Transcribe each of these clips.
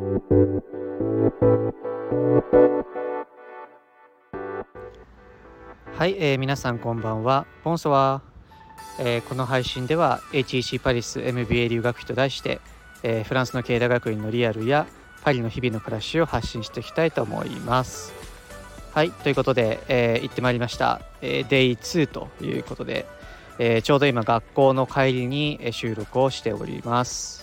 はい、皆さんこんばんは。ボンソワこの配信では HEC パリス MBA 留学費と題して、フランスの経済学院のリアルやパリの日々の暮らしを発信していきたいと思います。はい、ということで、行ってまいりました、Day2 ということで、ちょうど今学校の帰りに収録をしております。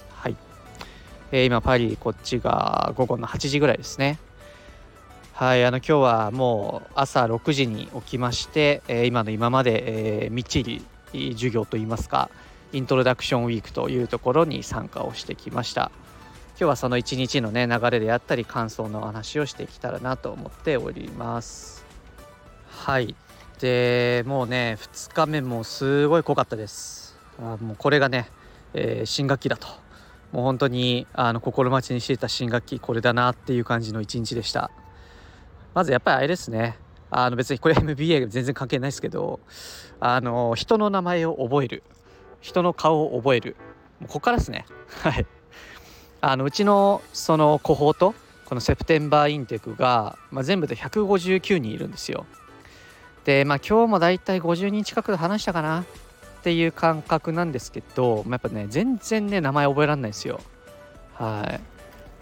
はい、今パリこっちが午後の8時ぐらいですね。はい、今日はもう朝6時に起きまして、今まで、みっちり授業といいますかイントロダクションウィークというところに参加をしてきました。今日はその一日のね流れであったり感想のお話をしていけたらなと思っております。はい、でもうね2日目もすごい濃かったです。もうこれがね、新学期だともう本当に心待ちにしていた新学期これだなっていう感じの一日でした。まずやっぱりあれですね、別にこれ MBA 全然関係ないですけど、人の名前を覚える、人の顔を覚える、もうここからですね。はい、うちのそのコホート、このセプテンバーインテクが、全部で159人いるんですよ。で、今日もだいたい50人近く話したかなっていう感覚なんですけど、やっぱね全然ね名前覚えられないですよ。はい、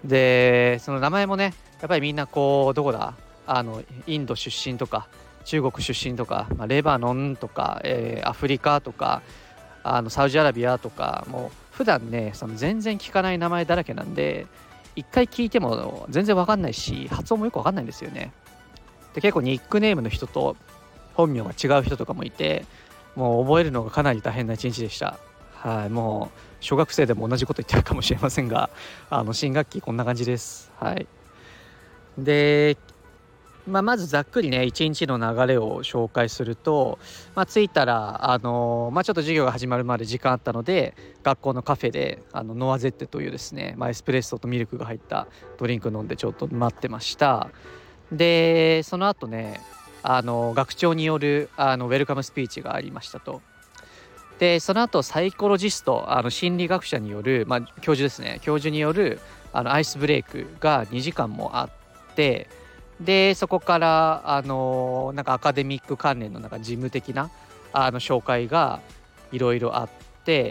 でその名前もねやっぱりみんなこうどこだインド出身とか中国出身とか、レバノンとか、アフリカとかサウジアラビアとか、もう普段ねその全然聞かない名前だらけなんで、一回聞いても全然わかんないし発音もよくわかんないんですよね。で結構ニックネームの人と本名が違う人とかもいて、もう覚えるのがかなり大変な一日でした。はい、もう小学生でも同じこと言ってるかもしれませんが、新学期こんな感じです。はい、でまずざっくりね一日の流れを紹介すると、着いたらちょっと授業が始まるまで時間あったので、学校のカフェでノアゼッテというですね、エスプレッソとミルクが入ったドリンク飲んでちょっと待ってました。でその後ね学長によるウェルカムスピーチがありましたと。でその後サイコロジスト心理学者による、教授ですね、教授によるアイスブレイクが2時間もあって、でそこからなんかアカデミック関連のなんか事務的な紹介がいろいろあって、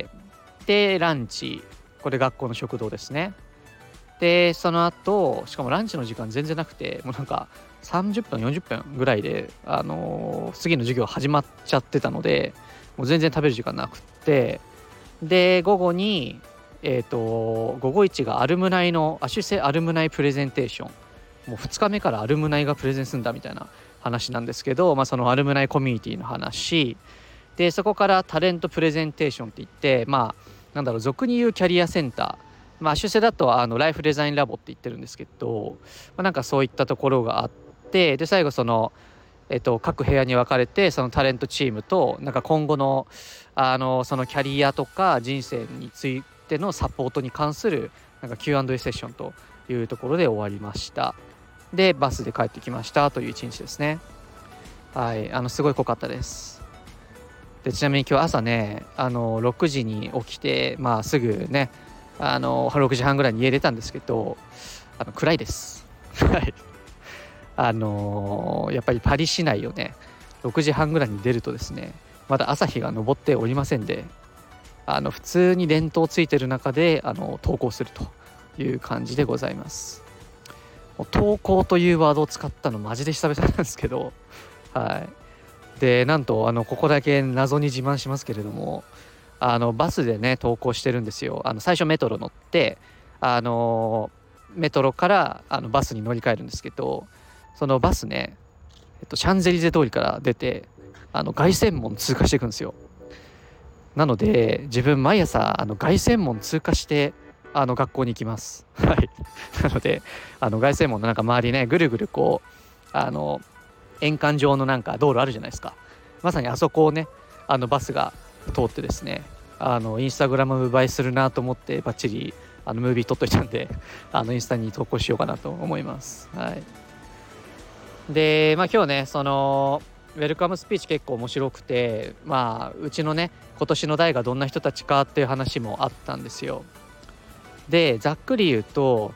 でランチ、これ学校の食堂ですね。でその後しかもランチの時間全然なくて、もうなんか30分40分ぐらいで次の授業始まっちゃってたので、もう全然食べる時間なくって、で午後に午後1がアルムナイのアシュセアルムナイプレゼンテーション、もう2日目からアルムナイがプレゼンするんだみたいな話なんですけど、そのアルムナイコミュニティの話で、そこからタレントプレゼンテーションって言って、なんだろう、俗に言うキャリアセンター、主世だとライフデザインラボって言ってるんですけど、なんかそういったところがあって、で最後その各部屋に分かれて、そのタレントチームとなんか今後のそのキャリアとか人生についてのサポートに関するなんか Q&A セッションというところで終わりました。でバスで帰ってきましたという一日ですね。はい、すごい濃かったです。でちなみに今日朝ね6時に起きて、すぐね6時半ぐらいに家出たんですけど、暗いです。はいやっぱりパリ市内をね6時半ぐらいに出るとですね、まだ朝日が昇っておりませんで、普通に電灯ついてる中で登校するという感じでございます。登校というワードを使ったのマジで久々なんですけど、はい、でなんとここだけ謎に自慢しますけれども、バスでね登校してるんですよ。最初メトロ乗ってメトロからバスに乗り換えるんですけど、そのバスね、シャンゼリゼ通りから出て凱旋門通過していくんですよ。なので自分毎朝凱旋門通過して学校に行きます。はい。なので凱旋門のなんか周りねぐるぐるこう円環状のなんか道路あるじゃないですか。まさにあそこをねバスが通ってですね、インスタグラム映えするなと思ってバッチリムービー撮っといたんでインスタに投稿しようかなと思います。はい。で今日ねそのウェルカムスピーチ結構面白くて、うちのね今年の代がどんな人たちかっていう話もあったんですよ。でざっくり言うと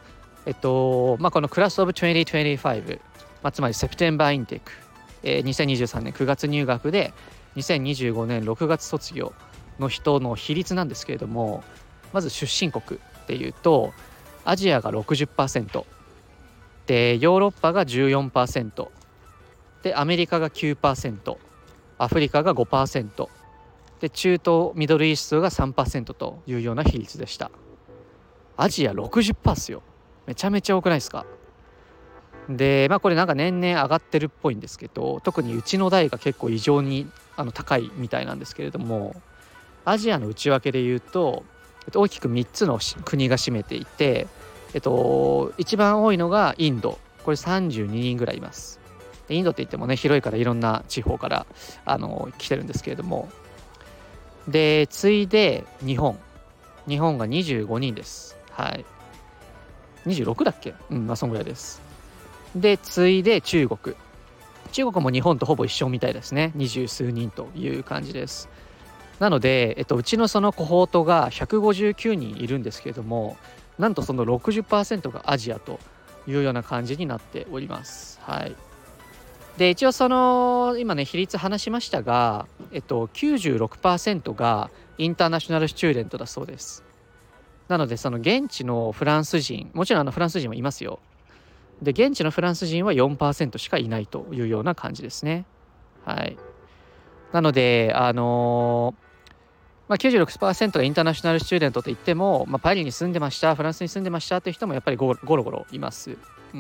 このクラスオブ2025、つまりセプテンバーインテック、2023年9月入学で2025年6月卒業の人の比率なんですけれども、まず出身国っていうとアジアが 60% で、ヨーロッパが 14% で、アメリカが 9%、 アフリカが 5% で、中東ミドルイーストが 3% というような比率でした。アジア 60% っすよ。めちゃめちゃ多くないですか。でこれなんか年々上がってるっぽいんですけど、特にうちの代が結構異常に高いみたいなんですけれども、アジアの内訳でいうと、大きく3つの国が占めていて、一番多いのがインド。これ32人ぐらいいます。でインドって言ってもね、広いからいろんな地方から来てるんですけれども、で次いで日本が25人です。はい、26だっけ、そんぐらいです。で次いで中国も日本とほぼ一緒みたいですね。20数人という感じです。なので、うちのそのコホートが159人いるんですけれども、なんとその 60% がアジアというような感じになっております。はい。で一応その今ね比率話しましたが、96% がインターナショナルスチューデントだそうです。なのでその現地のフランス人、もちろんフランス人もいますよ。で現地のフランス人は 4% しかいないというような感じですね。はい。なので96% がインターナショナルスチューデントといっても、パリに住んでました、フランスに住んでましたという人もやっぱりゴロゴロいます。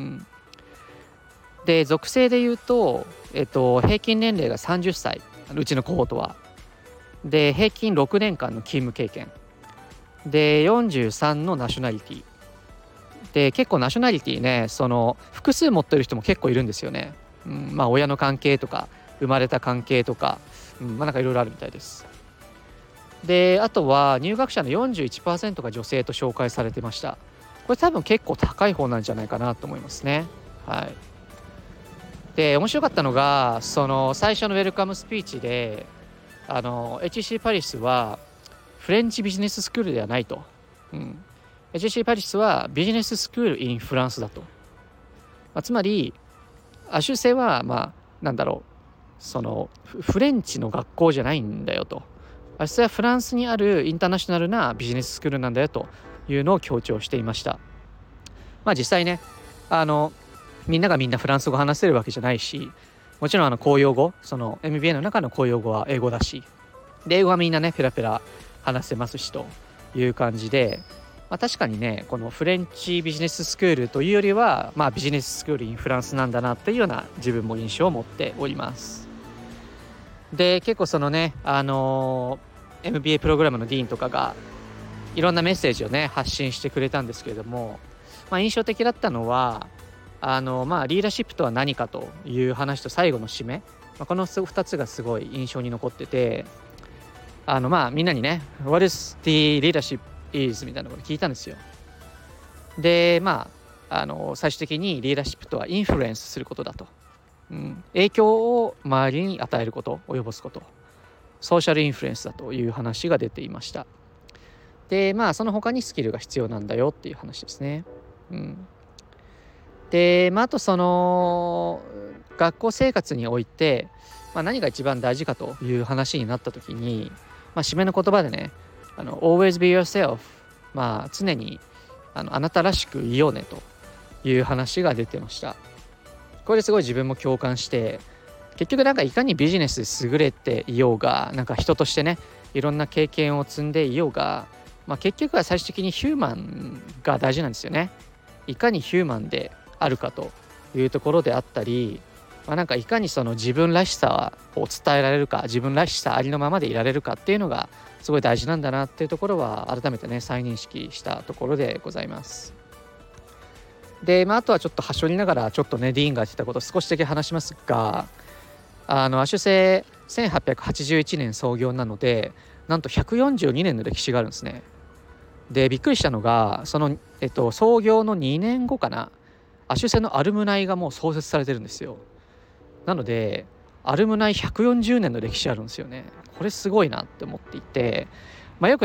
で属性でいうと、平均年齢が30歳、うちのコホートは。で平均6年間の勤務経験で、43のナショナリティで、結構ナショナリティね、その複数持ってる人も結構いるんですよね。親の関係とか生まれた関係とか、なんかいろいろあるみたいです。であとは入学者の 41% が女性と紹介されてました。これ多分結構高い方なんじゃないかなと思いますね。はい。で面白かったのが、その最初のウェルカムスピーチでHEC パリスはフレンチビジネススクールではないと、HEC パリスはビジネススクール in フランスだと、つまりアシュセはそのフレンチの学校じゃないんだよと、アシュセはフランスにあるインターナショナルなビジネススクールなんだよというのを強調していました。実際ね、みんながみんなフランス語を話せるわけじゃないし、もちろん公用語、その MBA の中の公用語は英語だし、で英語はみんなねペラペラ話せますしという感じで、確かにね、このフレンチビジネススクールというよりは、ビジネススクールインフランスなんだなというような自分も印象を持っております。で結構そのね、MBA プログラムのディーンとかがいろんなメッセージをね発信してくれたんですけれども、印象的だったのはリーダーシップとは何かという話と最後の締め、この2つがすごい印象に残ってて、みんなにね What is the leadership is みたいなこと聞いたんですよ。で最終的にリーダーシップとはインフルエンスすることだと、影響を周りに与えること、及ぼすこと、ソーシャルインフルエンスだという話が出ていました。でその他にスキルが必要なんだよっていう話ですね。であとその学校生活において、何が一番大事かという話になった時に、締めの言葉でね、always be yourself、常にあなたらしくいようねという話が出てました。これすごい自分も共感して、結局いかにビジネスで優れていようが、人としてねいろんな経験を積んでいようが、結局は最終的にヒューマンが大事なんですよね。いかにヒューマンであるかというところであったり、いかにその自分らしさを伝えられるか、自分らしさありのままでいられるかっていうのがすごい大事なんだなっていうところは改めてね再認識したところでございます。であとはちょっと端折りながらちょっとねディーンが言ってたことを少しだけ話しますが、アシュセ1881年創業なので、なんと142年の歴史があるんですね。でびっくりしたのが、その、創業の2年後かな、アシュセのアルムナイがもう創設されてるんですよ。なのでアルムナイ140年の歴史あるんですよね。これすごいなって思っていて、よくね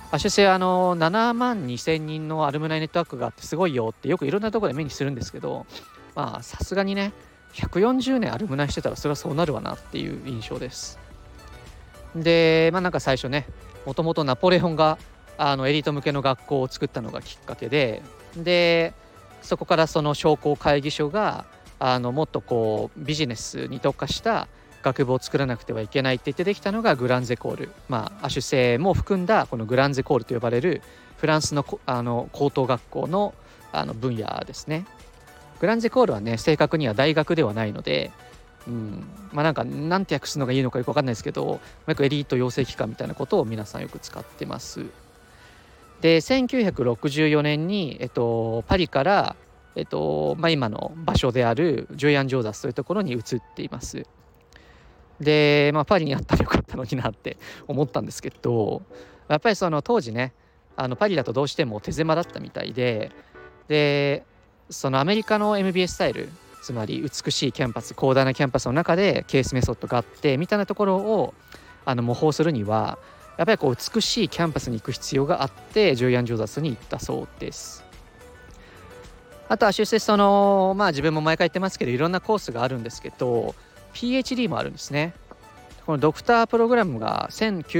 アシュセは7万2,000人のアルムナイネットワークがあってすごいよってよくいろんなところで目にするんですけど、まあさすがにね140年アルムナイしてたらそれはそうなるわなっていう印象です。でなんか最初ね、もともとナポレオンがエリート向けの学校を作ったのがきっかけで、そこからその商工会議所がもっとこうビジネスに特化した学部を作らなくてはいけないって言ってできたのがグランゼコール、アシュセも含んだこのグランゼコールと呼ばれるフランスの高等学校の分野ですね。グランゼコールはね正確には大学ではないので、なんて訳すのがいいのかよく分かんないですけど、よくエリート養成機関みたいなことを皆さんよく使ってます。で1964年に、パリから、今の場所であるジュイアン・ジョーダスというところに移っています。で、パリにあったらよかったのになって思ったんですけど、やっぱりその当時ねパリだとどうしても手狭だったみたいで、そのアメリカの MBA スタイル、つまり美しいキャンパス、広大なキャンパスの中でケースメソッドがあってみたいなところを模倣するにはやっぱりこう美しいキャンパスに行く必要があってジュイアン・ジョーダスに行ったそうです。あとは出世自分も毎回言ってますけどいろんなコースがあるんですけど PhD もあるんですね。このドクタープログラムが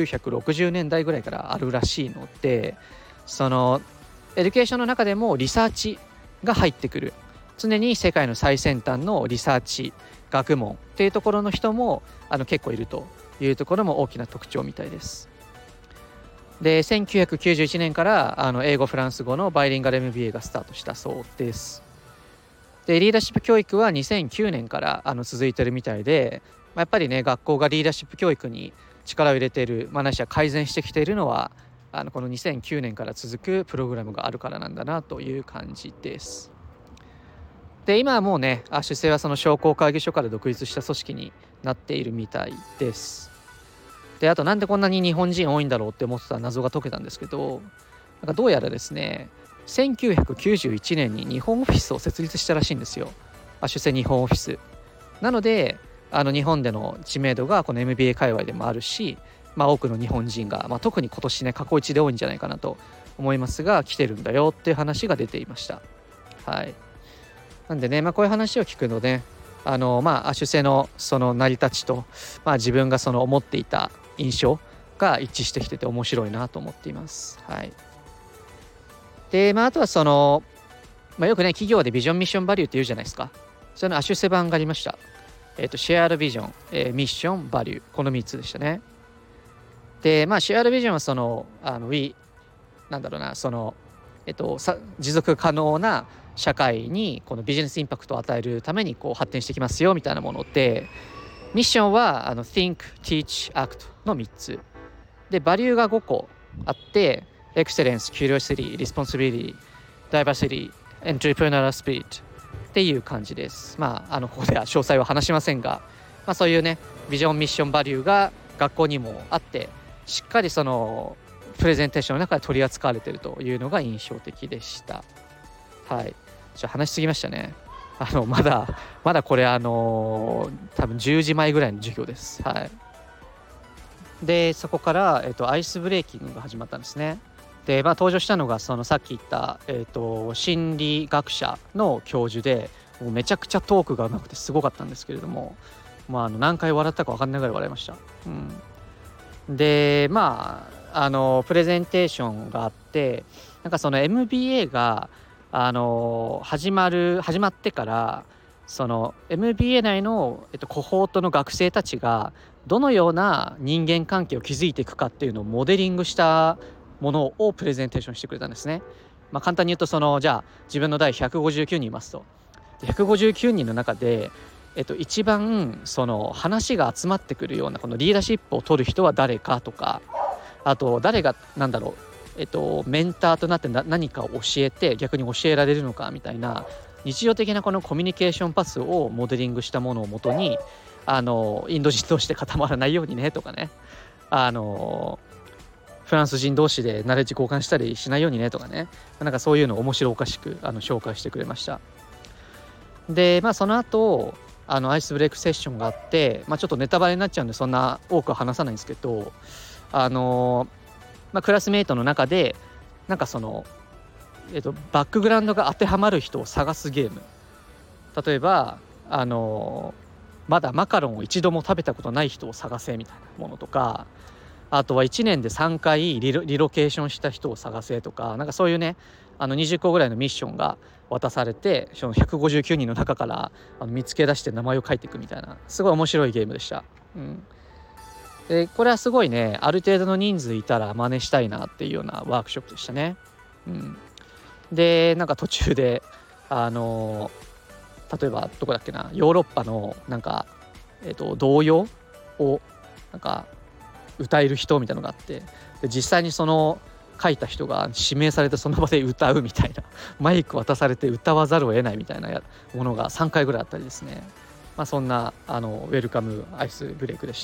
1960年代ぐらいからあるらしいので、そのエデュケーションの中でもリサーチが入ってくる、常に世界の最先端のリサーチ学問っていうところの人も結構いるというところも大きな特徴みたいです。で1991年から英語フランス語のバイリンガル MBA がスタートしたそうです。でリーダーシップ教育は2009年から続いてるみたいで、やっぱりね学校がリーダーシップ教育に力を入れている、ないしは改善してきているのはこの2009年から続くプログラムがあるからなんだなという感じです。で今はもうね出世はその商工会議所から独立した組織になっているみたいです。であとなんでこんなに日本人多いんだろうって思ってた謎が解けたんですけど、どうやらですね1991年に日本オフィスを設立したらしいんですよ、出世日本オフィスなので日本での知名度がこの MBA 界隈でもあるし、多くの日本人が、特に今年ね過去一で多いんじゃないかなと思いますが来てるんだよっていう話が出ていました。はい。なんでね、こういう話を聞くので、出世のその成り立ちと、自分がその思っていた印象が一致してきてて面白いなと思っています。はい。で、あとはその、よくね企業でビジョンミッションバリューって言うじゃないですか。その出世版がありました。シェアードビジョン、ミッションバリュー、この3つでしたね。でシェアードビジョンはその持続可能な社会にこのビジネスインパクトを与えるためにこう発展してきますよみたいなもので、ミッションはThink, Teach, Act の3つで、バリューが5個あって、Excellence, Curiosity, Responsibility, Diversity, Entrepreneurial Spirit っていう感じです。ここでは詳細は話しませんが、そういうねビジョンミッションバリューが学校にもあって、しっかりそのプレゼンテーションの中で取り扱われているというのが印象的でした。はい。話しすぎましたね。まだこれ多分10時前ぐらいの授業です。はい。でそこから、アイスブレーキングが始まったんですね。で登場したのがそのさっき言った、心理学者の教授で、もうめちゃくちゃトークがうまくてすごかったんですけれども、何回笑ったか分かんないぐらい笑いました。でプレゼンテーションがあって、その MBA が始まってから、その MBA 内の、コホートの学生たちがどのような人間関係を築いていくかっていうのをモデリングしたものをプレゼンテーションしてくれたんですね。簡単に言うとじゃあ自分の代159人いますと、159人の中で、一番その話が集まってくるようなこのリーダーシップを取る人は誰かとか、あと誰がメンターとなって何かを教えて逆に教えられるのかみたいな日常的なこのコミュニケーションパスをモデリングしたものをもとに、インド人同士で固まらないようにねとかね、フランス人同士でナレッジ交換したりしないようにねとかね、そういうのを面白おかしく紹介してくれました。でその後アイスブレイクセッションがあって、ちょっとネタバレになっちゃうんでそんな多くは話さないんですけど、 クラスメートの中でなんかその、バックグラウンドが当てはまる人を探すゲーム。例えばまだマカロンを一度も食べたことない人を探せみたいなものとか、あとは1年で3回リロケーションした人を探せとか、なんかそういうね20個ぐらいのミッションが渡されて、その159人の中から見つけ出して名前を書いていくみたいな、すごい面白いゲームでした。でこれはすごいね、ある程度の人数いたら真似したいなっていうようなワークショップでしたね。でなんか途中で例えばどこだっけな、ヨーロッパのなんか童謡をなんか歌える人みたいなのがあって、で実際にその書いた人が指名されてその場で歌うみたいなマイク渡されて歌わざるを得ないみたいなものが3回ぐらいあったりですね。そんなウェルカムアイスブレイクでした。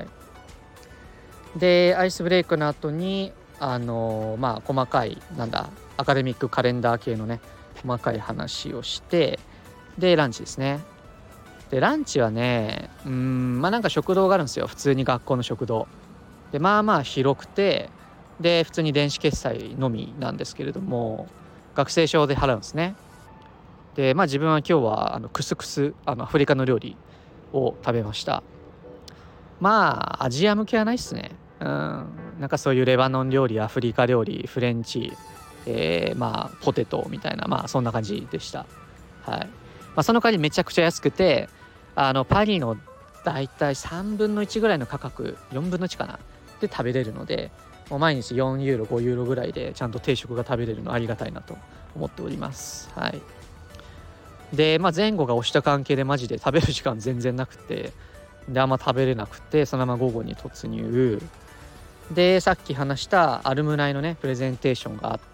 でアイスブレイクの後に細かいアカデミックカレンダー系のね細かい話をして、でランチですね。でランチはねなんか食堂があるんですよ。普通に学校の食堂で広くて、で普通に電子決済のみなんですけれども、学生証で払うんですね。で自分は今日はクスクスアフリカの料理を食べました。アジア向けはないっすね。なんかそういうレバノン料理、アフリカ料理、フレンチ、ポテトみたいな、そんな感じでした。その代わりめちゃくちゃ安くて、パリのだいたい3分の1ぐらいの価格、4分の1かなで食べれるので、もう毎日4ユーロ5ユーロぐらいでちゃんと定食が食べれるのありがたいなと思っております。で前後が押した関係でマジで食べる時間全然なくて、であんま食べれなくて、そのまま午後に突入で、さっき話したアルムナイのねプレゼンテーションがあって、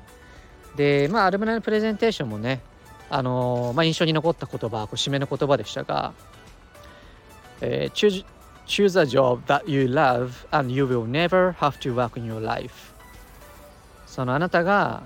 でアルムナイのプレゼンテーションもね印象に残った言葉、締めの言葉でしたが、choose a job that you love and you will never have to work in your life。 そのあなたが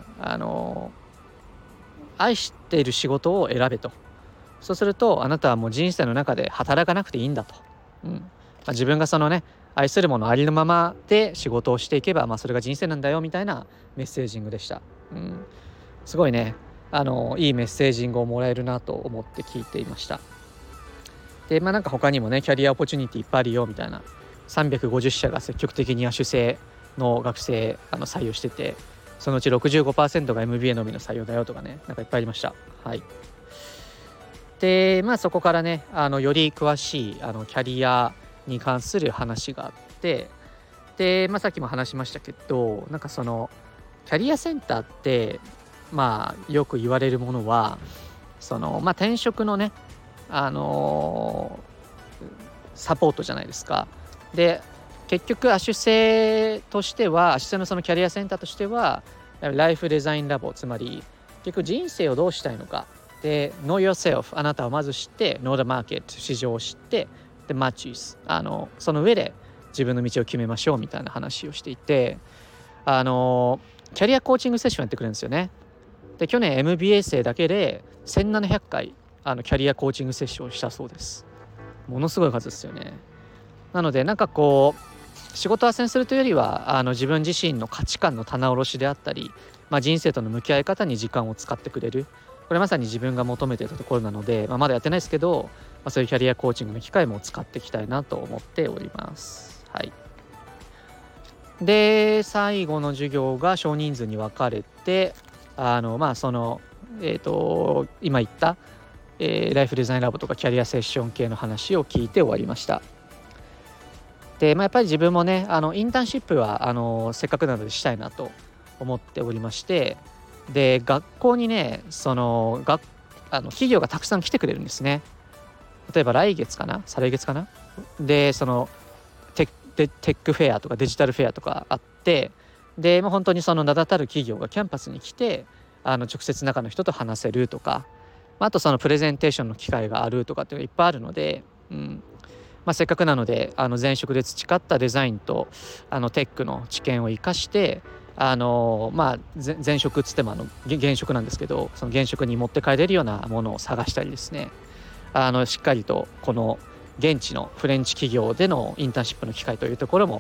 愛している仕事を選べと。そうするとあなたはもう人生の中で働かなくていいんだと。自分がそのね愛するものありのままで仕事をしていけば、それが人生なんだよみたいなメッセージングでした。すごいねいいメッセージングをもらえるなと思って聞いていました。でなんか他にもねキャリアオポチュニティいっぱいあるよみたいな、350社が積極的に亜種生の学生採用してて、そのうち 65% が MBA のみの採用だよとかね、なんかいっぱいありました。でそこからねより詳しいキャリアに関する話があって、でさっきも話しましたけど、なんかそのキャリアセンターってよく言われるものはその転職のねサポートじゃないですか。で結局亜種生としては、亜種生のそのキャリアセンターとしてはライフデザインラボ、つまり結局人生をどうしたいのかで Know yourself、 あなたをまず知って Know the market、 市場を知ってで Matches、 その上で自分の道を決めましょうみたいな話をしていて、キャリアコーチングセッションやってくれるんですよね。で去年 MBA 生だけで1700回キャリアコーチングセッションをしたそうです。ものすごい数ですよね。なのでなんかこう仕事を斡旋するというよりは自分自身の価値観の棚卸しであったり、人生との向き合い方に時間を使ってくれる、これまさに自分が求めていたところなので、まだやってないですけど、そういうキャリアコーチングの機会も使っていきたいなと思っております。で最後の授業が少人数に分かれてその今言ったライフデザインラボとかキャリアセッション系の話を聞いて終わりました。で、やっぱり自分もねインターンシップはせっかくなのでしたいなと思っておりまして、で学校にね企業がたくさん来てくれるんですね。例えば来月かな、再来月かなでそのテックフェアとかデジタルフェアとかあって、で本当にその名だたる企業がキャンパスに来て直接中の人と話せるとか、あとそのプレゼンテーションの機会があるとかっていうのがいっぱいあるので、せっかくなので前職で培ったデザインとテックの知見を生かして前職っつっても現職なんですけど、その現職に持って帰れるようなものを探したりですね、しっかりとこの現地のフレンチ企業でのインターンシップの機会というところも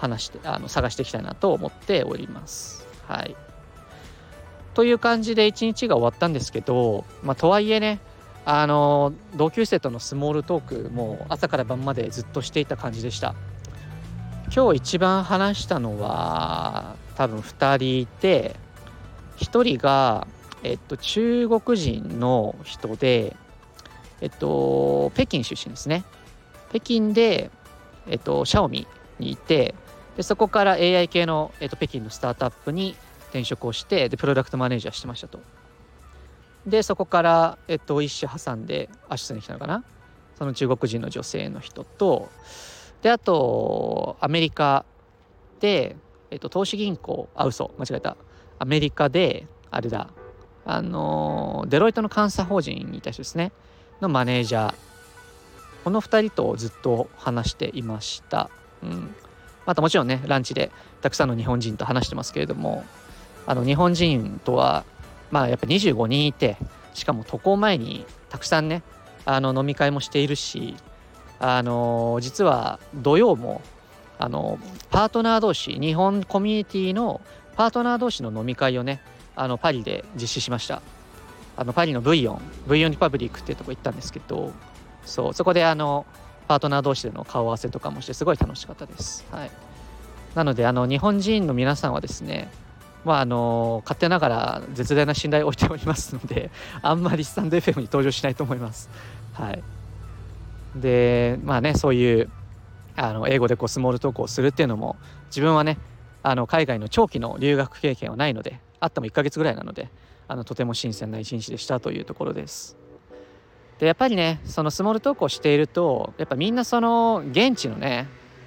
探していきたいなと思っております。はい。という感じで一日が終わったんですけど、とはいえね、同級生とのスモールトークも朝から晩までずっとしていた感じでした。今日一番話したのは多分2人いて、1人が、中国人の人で、北京出身ですね。北京で、シャオミにいて、でそこから AI 系の、北京のスタートアップに転職をして、でプロダクトマネージャーしてましたと。でそこから、一社挟んでアシュスに来たのかな、その中国人の女性の人と、であとアメリカで、投資銀行間違えた、アメリカであれだ、デロイトの監査法人にいた人ですねのマネージャー、この2人とずっと話していました。またもちろんねランチでたくさんの日本人と話してますけれども、日本人とはやっぱ25人いて、しかも渡航前にたくさんね飲み会もしているし、実は土曜もパートナー同士、日本コミュニティのパートナー同士の飲み会をねパリで実施しました。パリのブイヨンリパブリックっていうとこ行ったんですけど、そこでパートナー同士での顔合わせとかもしてすごい楽しかったです。はい。なので日本人の皆さんはですね、勝手ながら絶大な信頼を置いておりますので、あんまりスタンド FM に登場しないと思います。はい。でそういう英語でスモールトークをするっていうのも、自分はね海外の長期の留学経験はないので、あっても1ヶ月ぐらいなのでとても新鮮な一日でしたというところです。でやっぱりねそのスモールトークをしていると、やっぱみんなその現地のね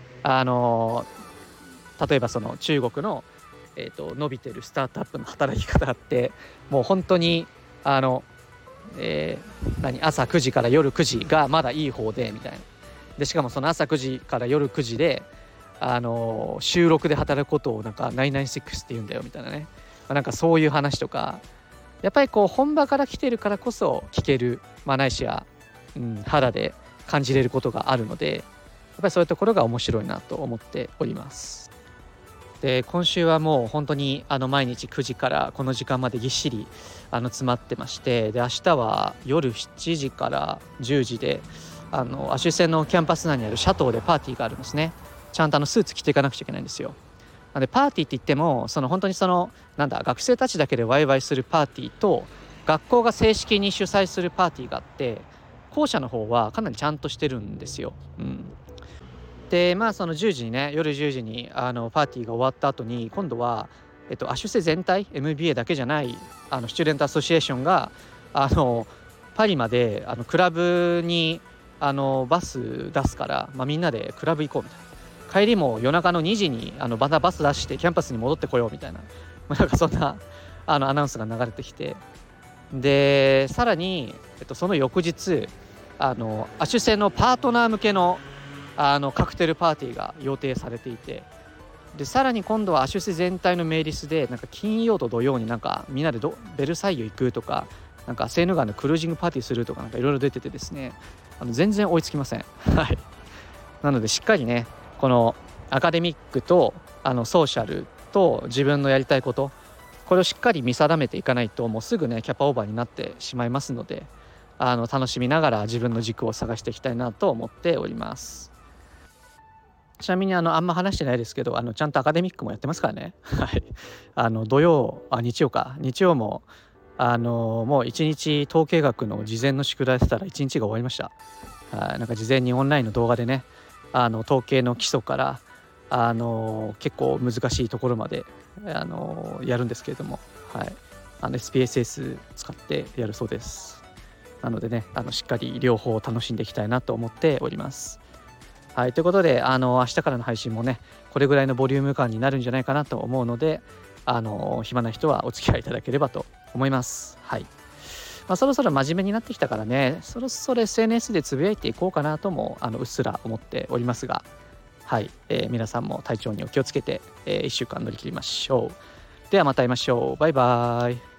例えばその中国の、伸びてるスタートアップの働き方ってもう本当に朝9時から夜9時がまだいい方でみたいな。でしかもその朝9時から夜9時で週6で働くことをなんか996って言うんだよみたいなね、なんかそういう話とか、やっぱり本場から来てるからこそ聞ける、ないしは、肌で感じれることがあるので、やっぱりそういうところが面白いなと思っております。で今週はもう本当に毎日9時からこの時間までぎっしり詰まってまして、で明日は夜7時から10時でアシュセのキャンパス内にあるシャトーでパーティーがあるんですね。ちゃんとスーツ着ていかなくちゃいけないんですよ。でパーティーって言っても本当に学生たちだけでワイワイするパーティーと、学校が正式に主催するパーティーがあって、後者の方はかなりちゃんとしてるんですよ。でその10時にね、夜10時にパーティーが終わった後に、今度はアシュセ全体 MBA だけじゃないスチューデントアソシエーションがパリまでクラブにバス出すから、みんなでクラブ行こうみたいな、帰りも夜中の2時にまたバス出してキャンパスに戻ってこようみたいな、なんかそんなアナウンスが流れてきて、でさらに、その翌日アシュセのパートナー向けのカクテルパーティーが予定されていて、でさらに今度はアシュセ全体のメイリスで、なんか金曜と土曜になんかみんなでベルサイユ行くとか、なんかセーヌ川のクルージングパーティーするとか、なんかいろいろ出ててですね、全然追いつきません。はい。なのでしっかりねこのアカデミックとソーシャルと自分のやりたいこと、これをしっかり見定めていかないと、もうすぐねキャパオーバーになってしまいますので、楽しみながら自分の軸を探していきたいなと思っております。ちなみにあんま話してないですけど、ちゃんとアカデミックもやってますからね。はい。日曜ももう一日統計学の事前の宿題したら一日が終わりました。なんか事前にオンラインの動画でね統計の基礎から結構難しいところまでやるんですけれども、はい、SPSS 使ってやるそうです。なのでねしっかり両方楽しんでいきたいなと思っております。はい、ということで明日からの配信もねこれぐらいのボリューム感になるんじゃないかなと思うので、暇な人はお付き合いいただければと思います。はい。そろそろ真面目になってきたからね、そろそろ SNS でつぶやいていこうかなともうっすら思っておりますが、はい、皆さんも体調にお気をつけて、1週間乗り切りましょう。ではまた会いましょう。バイバイ。